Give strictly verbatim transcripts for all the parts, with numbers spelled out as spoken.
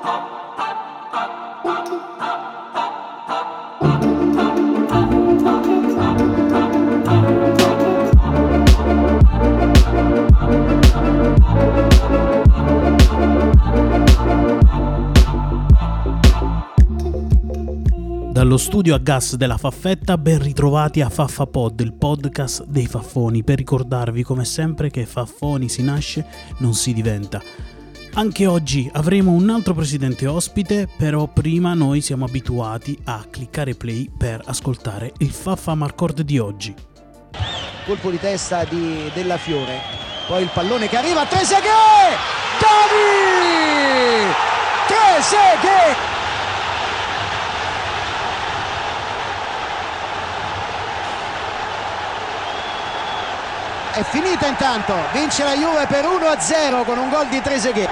Dallo studio a gas della Faffetta, ben ritrovati a FaffaPod, il podcast dei Faffoni, per ricordarvi come sempre che Faffoni si nasce, non si diventa. Anche oggi avremo un altro presidente ospite, però prima noi siamo abituati a cliccare play per ascoltare il Faffa Marcord di oggi. Colpo di testa di Della Fiore, poi il pallone che arriva a Trezeguet! Davi! Trezeguet! È finita intanto, vince la Juve per uno a zero con un gol di Trezeguet.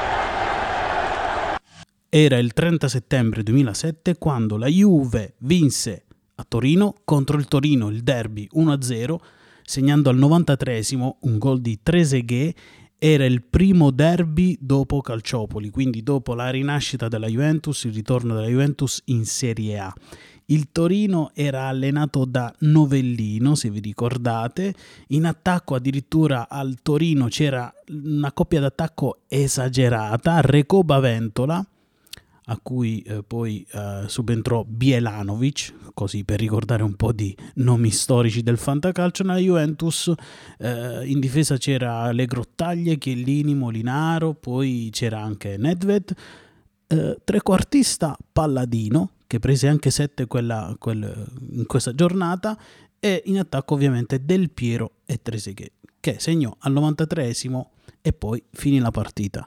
Era il trenta settembre duemilasette quando la Juve vinse a Torino contro il Torino il derby uno a zero, segnando al novantatreesimo un gol di Trezeguet. Era il primo derby dopo Calciopoli, quindi dopo la rinascita della Juventus, il ritorno della Juventus in Serie A. Il Torino era allenato da Novellino, se vi ricordate. In attacco addirittura al Torino c'era una coppia d'attacco esagerata, Recoba Ventola, a cui eh, poi eh, subentrò Bielanovic, così per ricordare un po' di nomi storici del fantacalcio. Nella Juventus eh, in difesa c'era Le Grottaglie, Chiellini, Molinaro, poi c'era anche Nedved, eh, trequartista Palladino, che prese anche sette quella, quel, in questa giornata, e in attacco ovviamente Del Piero e Trezeguet, che segnò al novantatreesimo e poi finì la partita.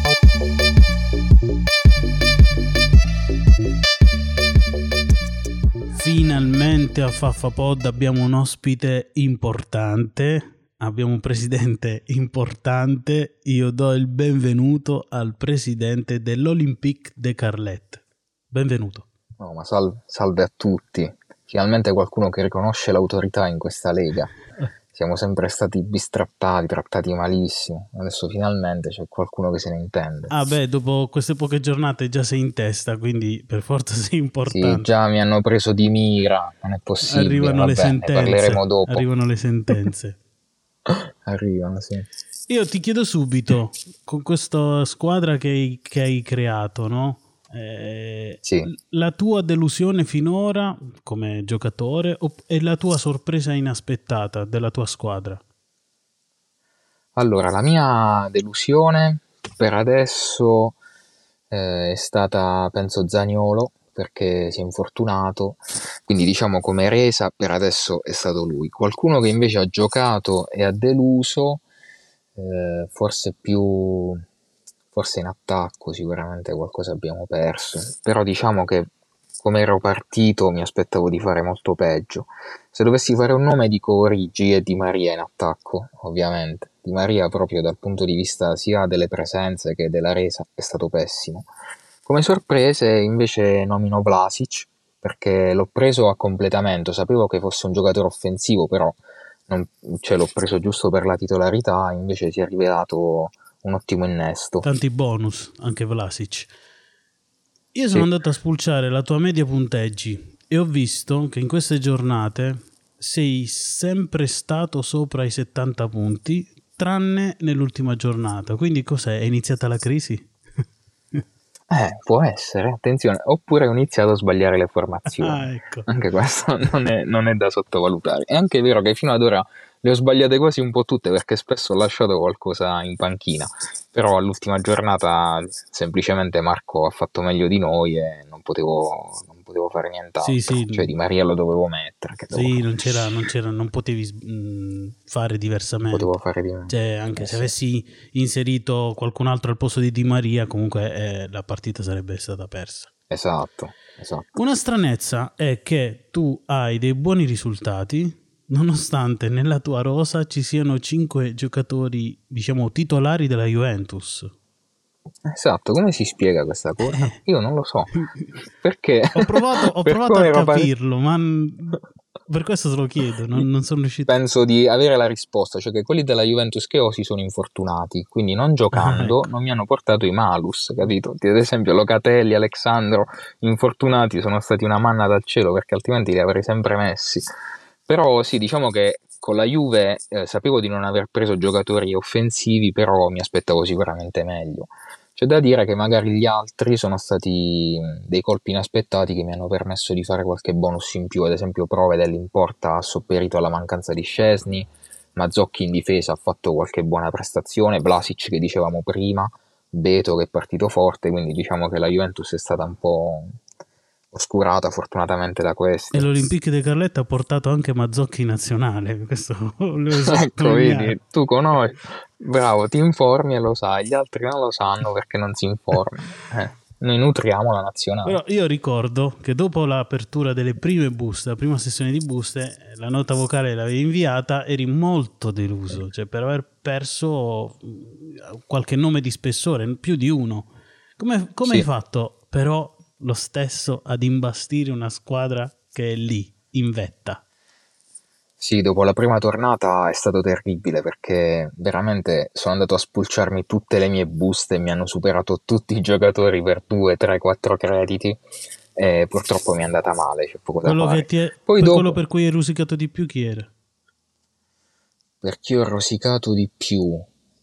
Finalmente a FaffaPod abbiamo un ospite importante, abbiamo un presidente importante. Io do il benvenuto al presidente dell'Olympique de Carlet. Benvenuto. No, ma salve, salve a tutti. Finalmente qualcuno che riconosce l'autorità in questa lega. Siamo sempre stati bistrattati, trattati malissimo. Adesso finalmente c'è qualcuno che se ne intende. Ah beh, dopo queste poche giornate già sei in testa, quindi per forza sei importante. Sì, già mi hanno preso di mira, non è possibile. Arrivano Vabbè, le sentenze. ne parleremo dopo. Arrivano le sentenze. Arrivano, sì. Io ti chiedo subito, con questa squadra che hai, che hai creato, no? Eh, sì. La tua delusione finora come giocatore e la tua sorpresa inaspettata della tua squadra? Allora, la mia delusione per adesso eh, è stata, penso, Zaniolo, perché si è infortunato, quindi diciamo come resa per adesso è stato lui. Qualcuno che invece ha giocato e ha deluso, eh, forse più... forse in attacco sicuramente qualcosa abbiamo perso, però diciamo che come ero partito mi aspettavo di fare molto peggio. Se dovessi fare un nome dico Origi e Di Maria in attacco, ovviamente. Di Maria proprio dal punto di vista sia delle presenze che della resa è stato pessimo. Come sorprese invece nomino Vlasic, perché l'ho preso a completamento, sapevo che fosse un giocatore offensivo, però non, cioè, l'ho preso giusto per la titolarità, invece si è rivelato un ottimo innesto. Tanti bonus, anche Vlasic. Io sono sì. andato a spulciare la tua media punteggi e ho visto che in queste giornate sei sempre stato sopra i settanta punti, tranne nell'ultima giornata. Quindi cos'è? È iniziata la crisi? Eh, può essere, attenzione, oppure ho iniziato a sbagliare le formazioni. Ah, ecco. Anche questo non è, non è da sottovalutare. È anche vero che fino ad ora le ho sbagliate quasi un po' tutte, perché spesso ho lasciato qualcosa in panchina, però all'ultima giornata semplicemente Marco ha fatto meglio di noi e non potevo, non potevo fare nient'altro. Sì, sì. Cioè Di Maria lo dovevo mettere. Che Sì, dovevo... non c'era, non c'era, non potevi mh, fare diversamente. Potevo fare diversamente. Cioè, anche eh, se sì. avessi inserito qualcun altro al posto di Di Maria, comunque eh, la partita sarebbe stata persa. Esatto, esatto. Una stranezza è che tu hai dei buoni risultati, nonostante nella tua rosa ci siano cinque giocatori, diciamo, titolari della Juventus. Esatto, come si spiega questa cosa? Eh. Io non lo so. Perché? Ho provato, ho per provato a capirlo, part... ma Per questo te lo chiedo, non, non sono riuscito. Penso di avere la risposta, cioè che quelli della Juventus che ho si sono infortunati, quindi non giocando Ah, ecco. non mi hanno portato i malus, capito? Ad esempio Locatelli, Alexandro, infortunati sono stati una manna dal cielo perché altrimenti li avrei sempre messi. Però sì, diciamo che con la Juve eh, sapevo di non aver preso giocatori offensivi, però mi aspettavo sicuramente meglio. C'è da dire che magari gli altri sono stati dei colpi inaspettati che mi hanno permesso di fare qualche bonus in più, ad esempio Provedel in porta ha sopperito alla mancanza di Szczęsny, Mazzocchi in difesa ha fatto qualche buona prestazione, Vlasic che dicevamo prima, Beto che è partito forte, quindi diciamo che la Juventus è stata un po' oscurata fortunatamente da E questi. l'Olympique de Carletta ha portato anche Mazzocchi in nazionale, questo volevo Ecco, vedi, sottolineare. tu conosci, bravo, ti informi e lo sai, gli altri non lo sanno perché non si informano. Eh, noi nutriamo la nazionale. Però io ricordo che dopo l'apertura delle prime buste, la prima sessione di buste, la nota vocale l'avevi inviata, eri molto deluso, cioè per aver perso qualche nome di spessore, più di uno. Come, come hai Sì. fatto però lo stesso ad imbastire una squadra che è lì, in vetta? Sì, dopo la prima tornata è stato terribile perché veramente sono andato a spulciarmi tutte le mie buste e mi hanno superato tutti i giocatori per due, tre, quattro crediti e purtroppo mi è andata male, c'è poco da Quello, che fare. ti è, Poi per quello dopo, per cui hai rosicato di più chi era? per chi ho rosicato di più,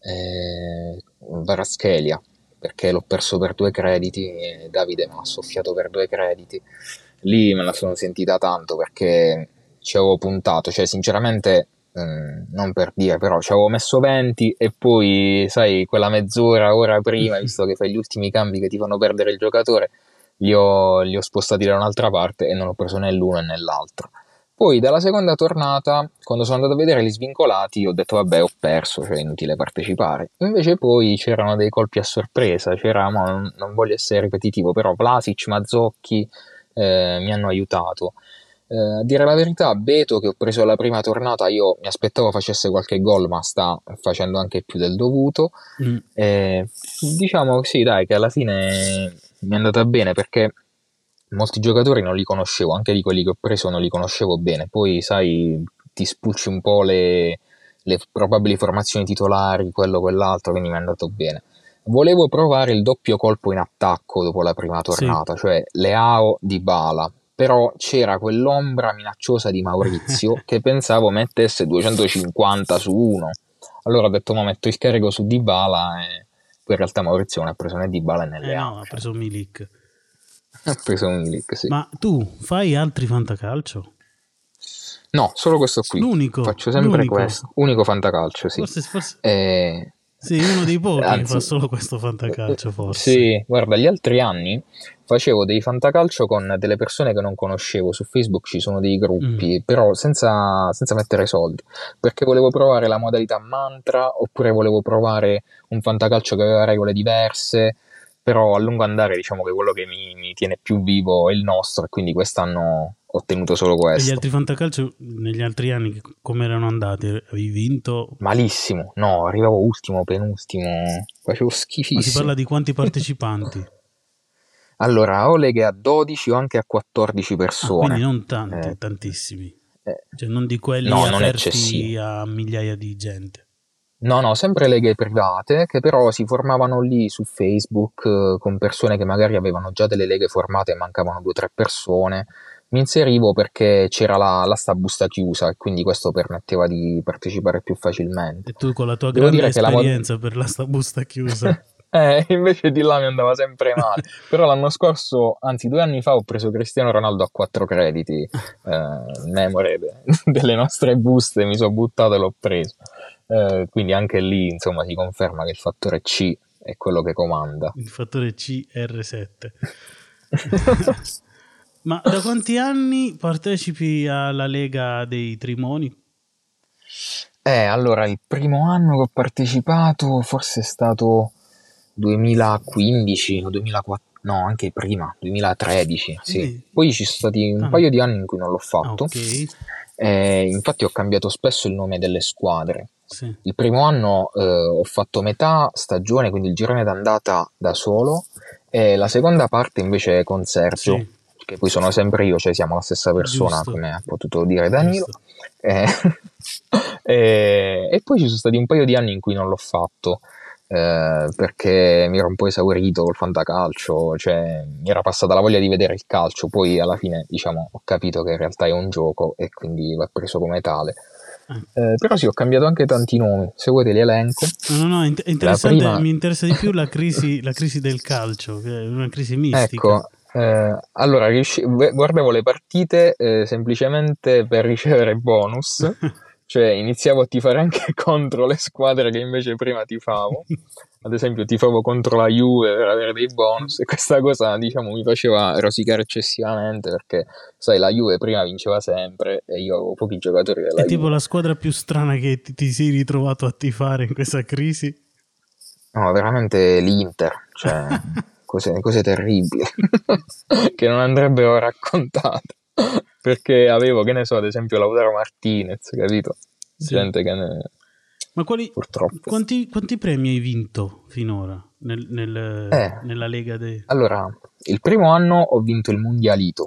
eh, Kvaratskhelia, perché l'ho perso per due crediti e Davide me l'ha soffiato per due crediti. Lì me la sono sentita tanto perché ci avevo puntato, cioè sinceramente, mm, non per dire, però ci avevo messo venti e poi, sai, quella mezz'ora, ora prima, visto che fai gli ultimi cambi che ti fanno perdere il giocatore, li ho, li ho spostati da un'altra parte e non ho preso né l'uno né l'altro. Poi dalla seconda tornata, quando sono andato a vedere gli svincolati, ho detto vabbè ho perso, cioè è inutile partecipare. Invece poi c'erano dei colpi a sorpresa, c'era, mo, non, non voglio essere ripetitivo, però Vlasic, Mazzocchi eh, mi hanno aiutato. Eh, a dire la verità, Beto che ho preso alla prima tornata, io mi aspettavo facesse qualche gol, ma sta facendo anche più del dovuto. Mm. Eh, diciamo sì, dai, che alla fine mi è andata bene perché molti giocatori non li conoscevo, anche di quelli che ho preso non li conoscevo bene. Poi, sai, ti spulci un po' le, le probabili formazioni titolari, quello, quell'altro, quindi mi è andato bene. Volevo provare il doppio colpo in attacco dopo la prima Sì. tornata, cioè Leao Dybala, però c'era quell'ombra minacciosa di Maurizio che pensavo mettesse duecentocinquanta su uno. Allora ho detto, ma metto il carico su Dybala e poi in realtà Maurizio non ha preso né Dybala né Eh no, Leao, ha cioè, preso Milik. ha preso un Milik, sì. Ma tu fai altri fantacalcio? No, solo questo qui. L'unico, Faccio sempre l'unico. questo. Unico fantacalcio, sì. Forse, forse... Eh, Sì, uno dei pochi che fa anzi, solo questo eh, fantacalcio, forse. sì, guarda, gli altri anni facevo dei fantacalcio con delle persone che non conoscevo. Su Facebook ci sono dei Mm. gruppi, però senza, senza mettere soldi. Perché volevo provare la modalità mantra, oppure volevo provare un fantacalcio che aveva regole diverse. Però a lungo andare diciamo che quello che mi, mi tiene più vivo è il nostro, e quindi quest'anno ho ottenuto solo E gli questo. altri fantacalcio negli altri anni come erano andati? Avevi vinto? Malissimo, no, arrivavo ultimo, penultimo, facevo Ma si parla schifissimo. di quanti partecipanti? Allora, ho leghe a dodici o anche a quattordici Ah, quindi persone. non tanti, Eh, tantissimi. eh, Cioè non di quelli no, non aperti eccessivo. a migliaia di gente. No, no, sempre leghe private che però si formavano lì su Facebook eh, con persone che magari avevano già delle leghe formate e mancavano due o tre persone. Mi inserivo perché c'era la, l'asta busta chiusa e quindi questo permetteva di partecipare più facilmente. E tu con la tua Devo grande dire che la mod- esperienza per la sta busta chiusa. eh, invece di là mi andava sempre male. Però l'anno scorso, anzi due anni fa, ho preso Cristiano Ronaldo a quattro crediti, eh, memore de- delle nostre buste, mi sono buttato e l'ho preso. Eh, quindi anche lì, insomma, si conferma che il fattore C è quello che comanda. Il fattore C R sette. Ma da quanti anni partecipi alla Lega dei Trimoni? Eh, allora, il primo anno che ho partecipato forse è stato duemilaquindici o duemilaquattordici, no, anche prima, duemilatredici, sì. Quindi, Poi ci sono stati un tanto. paio di anni in cui non l'ho Ah, fatto. ok. Eh, infatti ho cambiato spesso il nome delle squadre. Sì. Il primo anno eh, ho fatto metà stagione, quindi il girone d'andata da solo, e la seconda parte invece con Sergio. Sì. che poi sono sempre io, cioè siamo la stessa persona, Giusto. come ha potuto dire Danilo. Giusto. Eh, e, e poi ci sono stati un paio di anni in cui non l'ho fatto, eh, perché mi ero un po' esaurito col fantacalcio, cioè mi era passata la voglia di vedere il calcio, poi alla fine diciamo ho capito che in realtà è un gioco e quindi va preso come tale. Eh, però sì, ho cambiato anche tanti nomi, se vuoi te li elenco. No, no, no, è interessante, prima... mi interessa di più la crisi, la crisi del calcio, che è una crisi mistica. Ecco, eh, allora riusci- guardavo le partite eh, semplicemente per ricevere bonus, cioè iniziavo a tifare anche contro le squadre che invece prima tifavo. Ad esempio tifavo contro la Juve per avere dei bonus e questa cosa diciamo mi faceva rosicare eccessivamente perché sai la Juve prima vinceva sempre e io avevo pochi giocatori della È tipo Juve. la squadra più strana che ti, ti sei ritrovato a tifare in questa crisi? No, veramente l'Inter, cioè cose, cose terribili che non andrebbero raccontate perché avevo, che ne so, ad esempio Lautaro Martinez, capito? Sì. Gente che ne... Ma quali, purtroppo. Quanti, quanti premi hai vinto finora nel, nel, Eh, nella Lega dei... Allora, il primo anno ho vinto il Mundialito,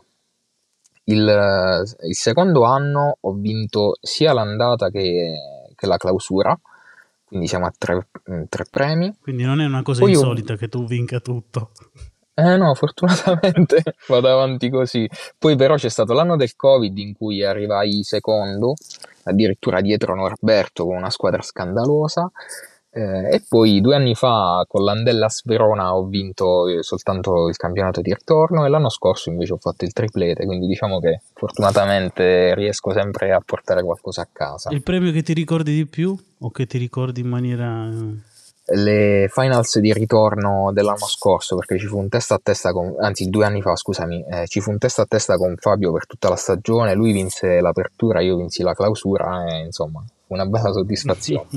il, il secondo anno ho vinto sia l'andata che, che la clausura, quindi siamo a tre, tre premi. Quindi non è una cosa Poi ho- insolita che tu vinca tutto. Eh no, fortunatamente vado avanti così. Poi però c'è stato l'anno del Covid in cui arrivai secondo, addirittura dietro Norberto con una squadra scandalosa. Eh, e poi due anni fa con l'Andellas Verona ho vinto eh, soltanto il campionato di ritorno e l'anno scorso invece ho fatto il triplete, quindi diciamo che fortunatamente riesco sempre a portare qualcosa a casa. Il premio che ti ricordi di più o che ti ricordi in maniera... Le finals di ritorno dell'anno scorso, perché ci fu un testa a testa con, anzi due anni fa scusami, eh, ci fu un testa a testa con Fabio per tutta la stagione, lui vinse l'apertura, io vinsi la clausura e insomma fu una bella soddisfazione.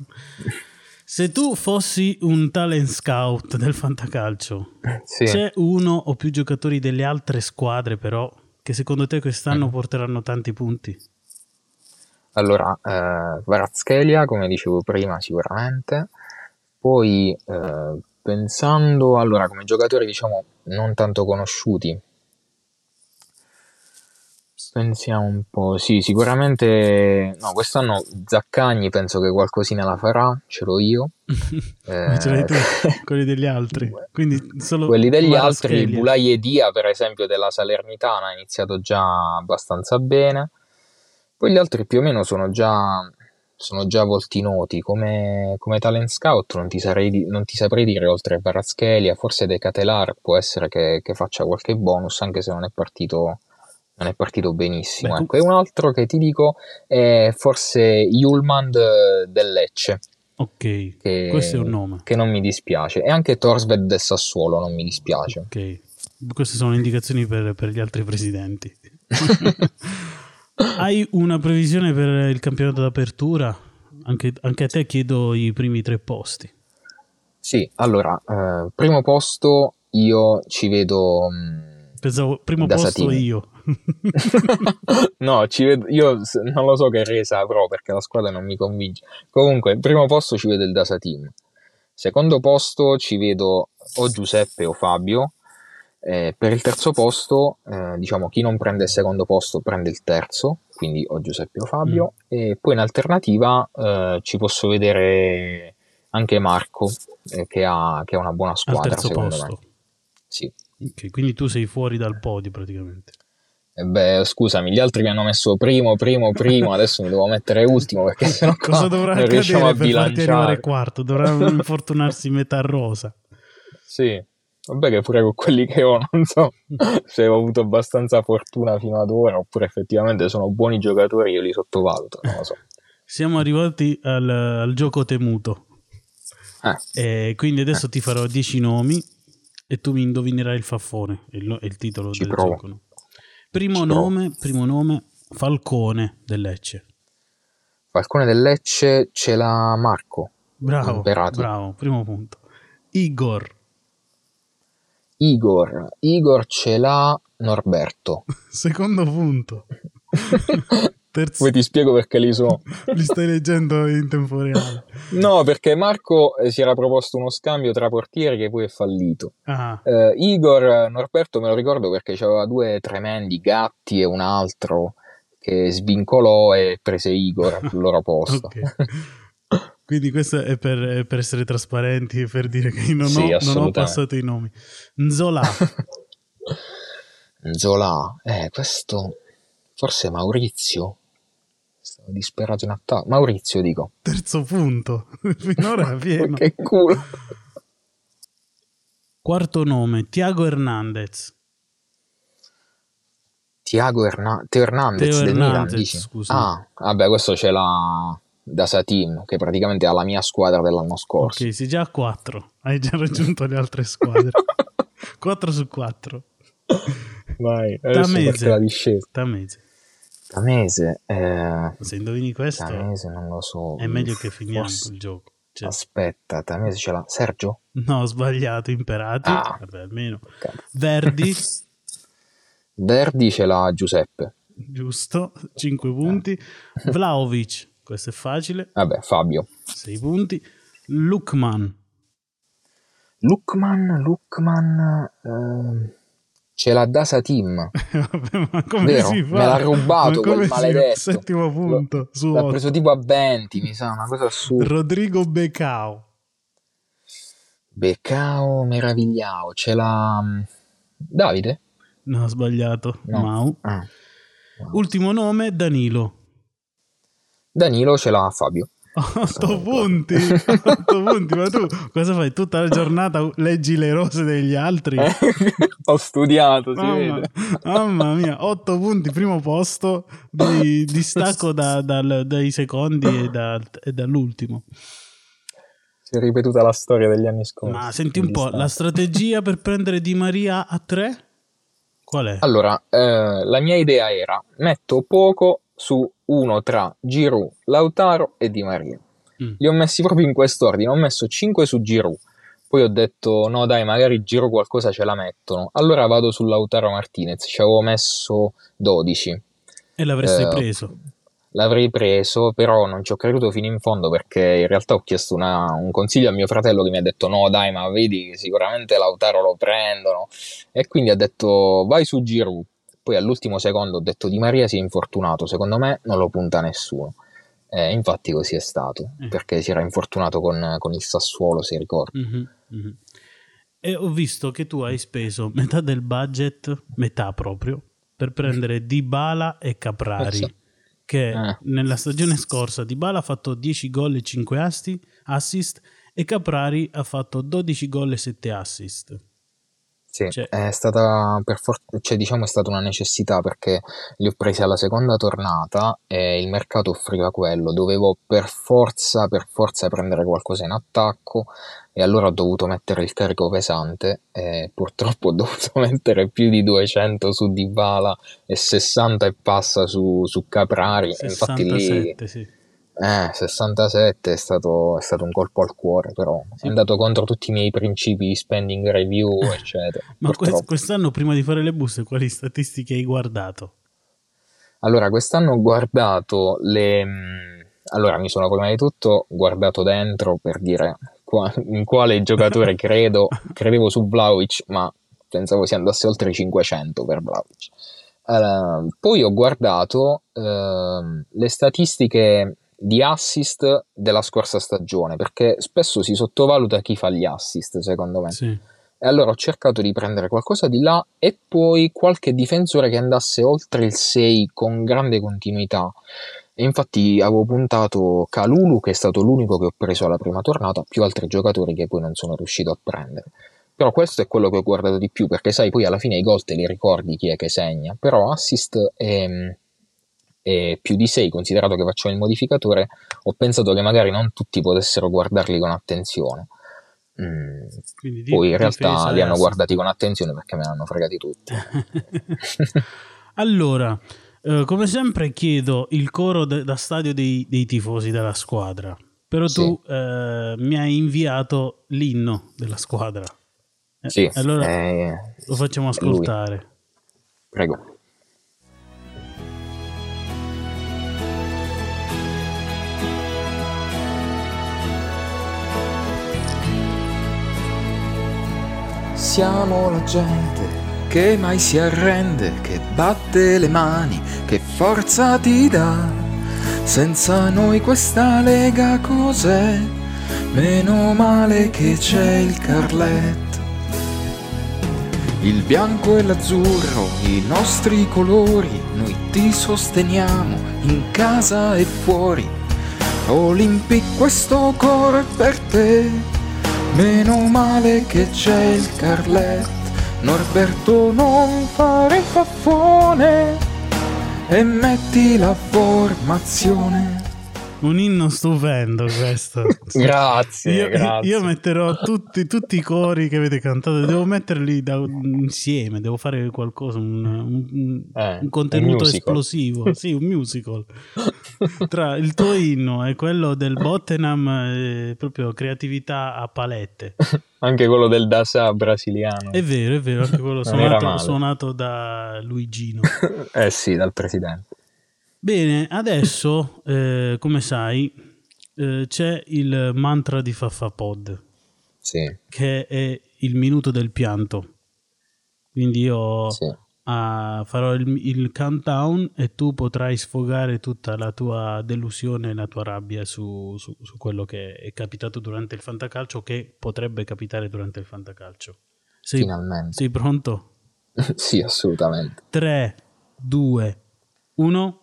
Se tu fossi un talent scout del fantacalcio, Sì. c'è uno o più giocatori delle altre squadre però che secondo te quest'anno Mm. porteranno tanti punti? Allora, eh, Kvaratskhelia, come dicevo prima, sicuramente. Poi, eh, pensando, allora, come giocatori, diciamo, non tanto conosciuti, pensiamo un po', sì, sicuramente, no, quest'anno Zaccagni penso che qualcosina la farà, ce l'ho io. Ma ce l'hai tu, Eh, quelli degli altri. Quindi solo quelli degli altri, Kvaratskhelia. Bulai e Dia, per esempio, della Salernitana, ha iniziato già abbastanza bene. Poi gli altri più o meno sono già, sono già volti noti. Come, come talent scout non ti, sarei di- non ti saprei dire, oltre a Kvaratskhelia, forse De Catelar può essere che, che faccia qualche bonus, anche se non è partito, non è partito benissimo. Beh, Ecco, e un altro che ti dico è forse Julmand del Lecce, ok, che, questo è un nome. che non mi dispiace. E anche Torsved del Sassuolo non mi dispiace. Ok, queste sono indicazioni per, per gli altri presidenti. Hai una previsione per il campionato d'apertura? Anche, anche a te chiedo i primi tre posti. Sì, allora, eh, primo posto io ci vedo... mh, Pensavo, primo Da posto Satini. io. No, ci vedo, io s- non lo so che resa avrò perché la squadra non mi convince. Comunque, primo posto ci vedo il Dasa Team. Secondo posto ci vedo o Giuseppe o Fabio. Eh, per il terzo posto, eh, diciamo, chi non prende il secondo posto prende il terzo, quindi o Giuseppe o Fabio. E poi in alternativa eh, ci posso vedere anche Marco, eh, che ha, che ha una buona Al squadra, terzo secondo posto. me. Sì. Ok, quindi tu sei fuori dal podio praticamente. E beh, scusami, gli altri mi hanno messo primo, primo, primo, adesso mi devo mettere ultimo perché sennò qua Cosa dovrà non riusciamo a accadere per farti arrivare bilanciare. quarto? Dovranno infortunarsi metà rosa. Sì, vabbè che pure con quelli che ho non so se ho avuto abbastanza fortuna fino ad ora oppure effettivamente sono buoni giocatori, io li sottovaluto, non lo so. Siamo arrivati al, al gioco temuto. Eh, E quindi adesso ti farò dieci nomi e tu mi indovinerai il faffone, è il, è il titolo Ci del provo. gioco. No? Primo Ci provo. nome, primo nome, Falcone del Lecce. Falcone del Lecce ce l'ha Marco. Bravo, Imperati. bravo, primo punto. Igor. Igor, Igor ce l'ha Norberto. Secondo punto. Terzo... Poi ti spiego perché li so. Li stai leggendo in tempo reale? No, perché Marco eh, si era proposto uno scambio tra portieri che poi è fallito. Ah. Eh, Igor Norberto me lo ricordo perché c'aveva due tremendi gatti e un altro che svincolò e prese Igor al loro posto. Okay. Quindi questo è per, per essere trasparenti e per dire che non, Sì, ho, non ho passato i nomi. Nzola. Nzola, eh, questo forse Maurizio. Stavo disperato in attacco. Maurizio, dico. Terzo punto. Finora è pieno. Che culo. Quarto nome, Thiago Hernandez. Tiago Erna- Teo Hernandez Teo del Hernandez, Milan, dici? scusa. Ah, vabbè, questo ce l'ha da Satim, che praticamente è la mia squadra dell'anno scorso. Ok, sei già a quattro. Hai già raggiunto le altre squadre. quattro su quattro. Vai, adesso parte la discesa. Tamese. Tamese, eh... Se indovini questo, Tamese non lo so. è meglio che finiamo Forse... il gioco. Cioè... Aspetta, Tamese ce l'ha. Sergio? No, ho sbagliato, Imperati. Ah. Vabbè, almeno. Cazzo. Verdi. Verdi ce l'ha Giuseppe. Giusto, cinque punti. Vlahovic, questo è facile. Vabbè, Fabio. sei punti. Lukman. Lukman, Lukman... Eh... Ce l'ha da Satim. Vabbè, ma come Vero? si fa? Me l'ha rubato quel maledetto. Settimo punto Lo, su l'ha otto. preso tipo a venti, mi sa, una cosa assurda. Rodrigo Becao. Becao meravigliao. Ce l'ha Davide? No, ho sbagliato. No. Mau. Ah. Wow. Ultimo nome, Danilo. Danilo ce l'ha Fabio. Otto punti, otto punti, ma tu cosa fai? Tutta la giornata leggi le rose degli altri? Eh? Ho studiato, si mamma, vede. Mamma mia, otto punti, primo posto di distacco da, dal, dai secondi e, da, e dall'ultimo. Si è ripetuta la storia degli anni scorsi. Ma senti un po', distacco. La strategia per prendere Di Maria a tre? Qual è? Allora, eh, la mia idea era, metto poco su uno tra Giroud, Lautaro e Di Maria. Mm. Li ho messi proprio in quest'ordine, ho messo cinque su Giroud, poi ho detto no dai, magari Giroud qualcosa ce la mettono, allora vado su Lautaro Martinez, ci avevo messo dodici. E l'avresti eh, preso? L'avrei preso, però non ci ho creduto fino in fondo perché in realtà ho chiesto una, un consiglio a mio fratello che mi ha detto no dai, ma vedi che sicuramente Lautaro lo prendono, e quindi ha detto vai su Giroud. Poi all'ultimo secondo ho detto Di Maria si è infortunato, secondo me non lo punta nessuno. Eh, infatti così è stato, eh. perché si era infortunato con, con il Sassuolo, se ricordi. Mm-hmm, mm-hmm. E ho visto che tu hai speso metà del budget, metà proprio, per prendere Dybala e Caprari, Penso. che eh. nella stagione scorsa Dybala ha fatto dieci gol e cinque assist e Caprari ha fatto dodici gol e sette assist. Sì, cioè, è stata per for- cioè, diciamo è stata una necessità perché li ho presi alla seconda tornata e il mercato offriva quello, dovevo per forza per forza prendere qualcosa in attacco e allora ho dovuto mettere il carico pesante e purtroppo ho dovuto mettere più di duecento su Dybala e sessanta e passa su, su Caprari. sessantasette, infatti lì sì. Eh, sessantasette è stato, è stato un colpo al cuore, però sì. È andato contro tutti i miei principi di spending review, eccetera. Ma quest- quest'anno, prima di fare le buste, quali statistiche hai guardato? Allora, quest'anno ho guardato le... Allora, mi sono prima di tutto guardato dentro per dire qua... in quale giocatore credo, credevo su Vlahovic, ma pensavo si andasse oltre i cinquecento per Vlahovic. Uh, poi ho guardato uh, le statistiche di assist della scorsa stagione, perché spesso si sottovaluta chi fa gli assist, secondo me. Sì. E allora ho cercato di prendere qualcosa di là e poi qualche difensore che andasse oltre il sei con grande continuità. E infatti avevo puntato Kalulu, che è stato l'unico che ho preso alla prima tornata, più altri giocatori che poi non sono riuscito a prendere. Però questo è quello che ho guardato di più, perché sai, poi alla fine i gol te li ricordi chi è che segna, però assist e, e più di sei, considerato che faccio il modificatore, ho pensato che magari non tutti potessero guardarli con attenzione. Mm. Quindi poi in realtà li hanno assist. guardati con attenzione perché me ne hanno fregati tutti. Allora, eh, come sempre chiedo il coro de- da stadio dei, dei tifosi della squadra, però sì. tu eh, mi hai inviato l'inno della squadra. Sì, allora eh, lo facciamo ascoltare. Prego. siamo la gente che mai si arrende, che batte le mani, che forza ti dà. Senza noi questa lega cos'è? Meno male che c'è il Carlet. Il bianco e l'azzurro, i nostri colori, noi ti sosteniamo in casa e fuori. Olympic, questo coro è per te. Meno male che c'è il Carlet. Norberto, non fare faffone e metti la formazione. Un inno stupendo questo. Grazie, io, grazie. Io metterò tutti, tutti i cori che avete cantato, devo metterli da, insieme, devo fare qualcosa, un, un, eh, un contenuto un esplosivo. Sì, un musical. Tra il tuo inno e quello del Bottenham, eh, proprio creatività a palette. Anche quello del Dasa brasiliano. È vero, è vero, anche quello suonato, suonato da Luigino. Eh sì, dal presidente. Bene, adesso, eh, come sai, eh, c'è il mantra di FaffaPod, sì, che è il minuto del pianto. Quindi io sì. uh, farò il, il countdown e tu potrai sfogare tutta la tua delusione e la tua rabbia su, su, su quello che è capitato durante il fantacalcio, che potrebbe capitare durante il fantacalcio. Sei, Finalmente. Sei pronto? Sì, assolutamente. tre, due, uno...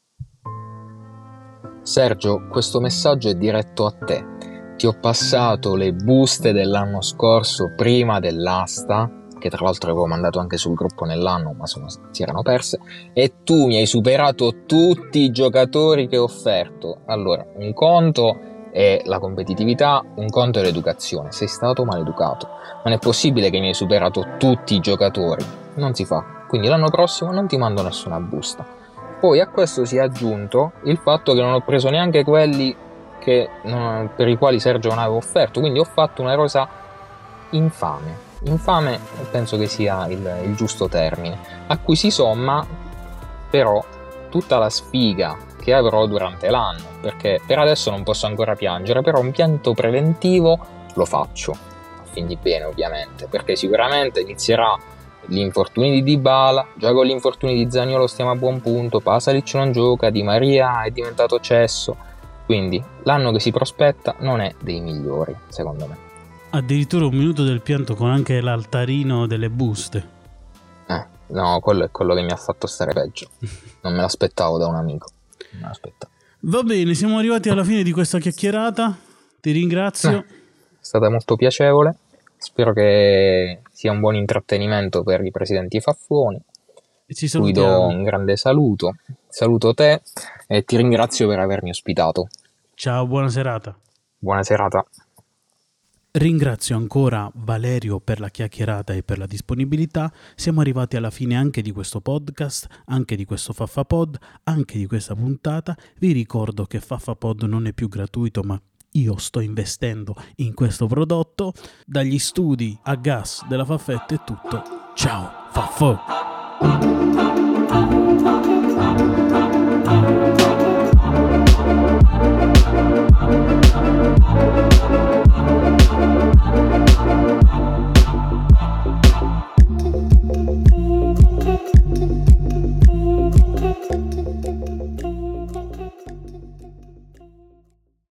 Sergio, questo messaggio è diretto a te. Ti ho passato le buste dell'anno scorso prima dell'asta, che tra l'altro avevo mandato anche sul gruppo nell'anno, ma sono, si erano perse, e tu mi hai superato tutti i giocatori che ho offerto. Allora, un conto è la competitività, un conto è l'educazione. Sei stato maleducato. Non è possibile che mi hai superato tutti i giocatori. Non si fa. Quindi l'anno prossimo non ti mando nessuna busta. Poi a questo si è aggiunto il fatto che non ho preso neanche quelli che, no, per i quali Sergio non aveva offerto, quindi ho fatto una rosa infame. Infame penso che sia il, il giusto termine, a cui si somma però tutta la sfiga che avrò durante l'anno, perché per adesso non posso ancora piangere, però un pianto preventivo lo faccio, a fin di bene ovviamente, perché sicuramente inizierà gli infortuni di Dybala, già con gli infortuni di Zaniolo stiamo a buon punto, Pasalic non gioca, Di Maria è diventato cesso, quindi l'anno che si prospetta non è dei migliori secondo me. Addirittura un minuto del pianto con anche l'altarino delle buste. Eh, no, quello è quello che mi ha fatto stare peggio, non me l'aspettavo da un amico, non me l'aspettavo. Va bene, siamo arrivati alla fine di questa chiacchierata, ti ringrazio. Eh, è stata molto piacevole. Spero che sia un buon intrattenimento per i presidenti Faffoni. E ci cui do un grande saluto. Saluto te e ti ringrazio per avermi ospitato. Ciao, buona serata. Buona serata. Ringrazio ancora Valerio per la chiacchierata e per la disponibilità. Siamo arrivati alla fine anche di questo podcast, anche di questo FaffaPod, anche di questa puntata. Vi ricordo che FaffaPod non è più gratuito, ma io sto investendo in questo prodotto. Dagli studi a gas della Faffetta è tutto. Ciao, Faffo!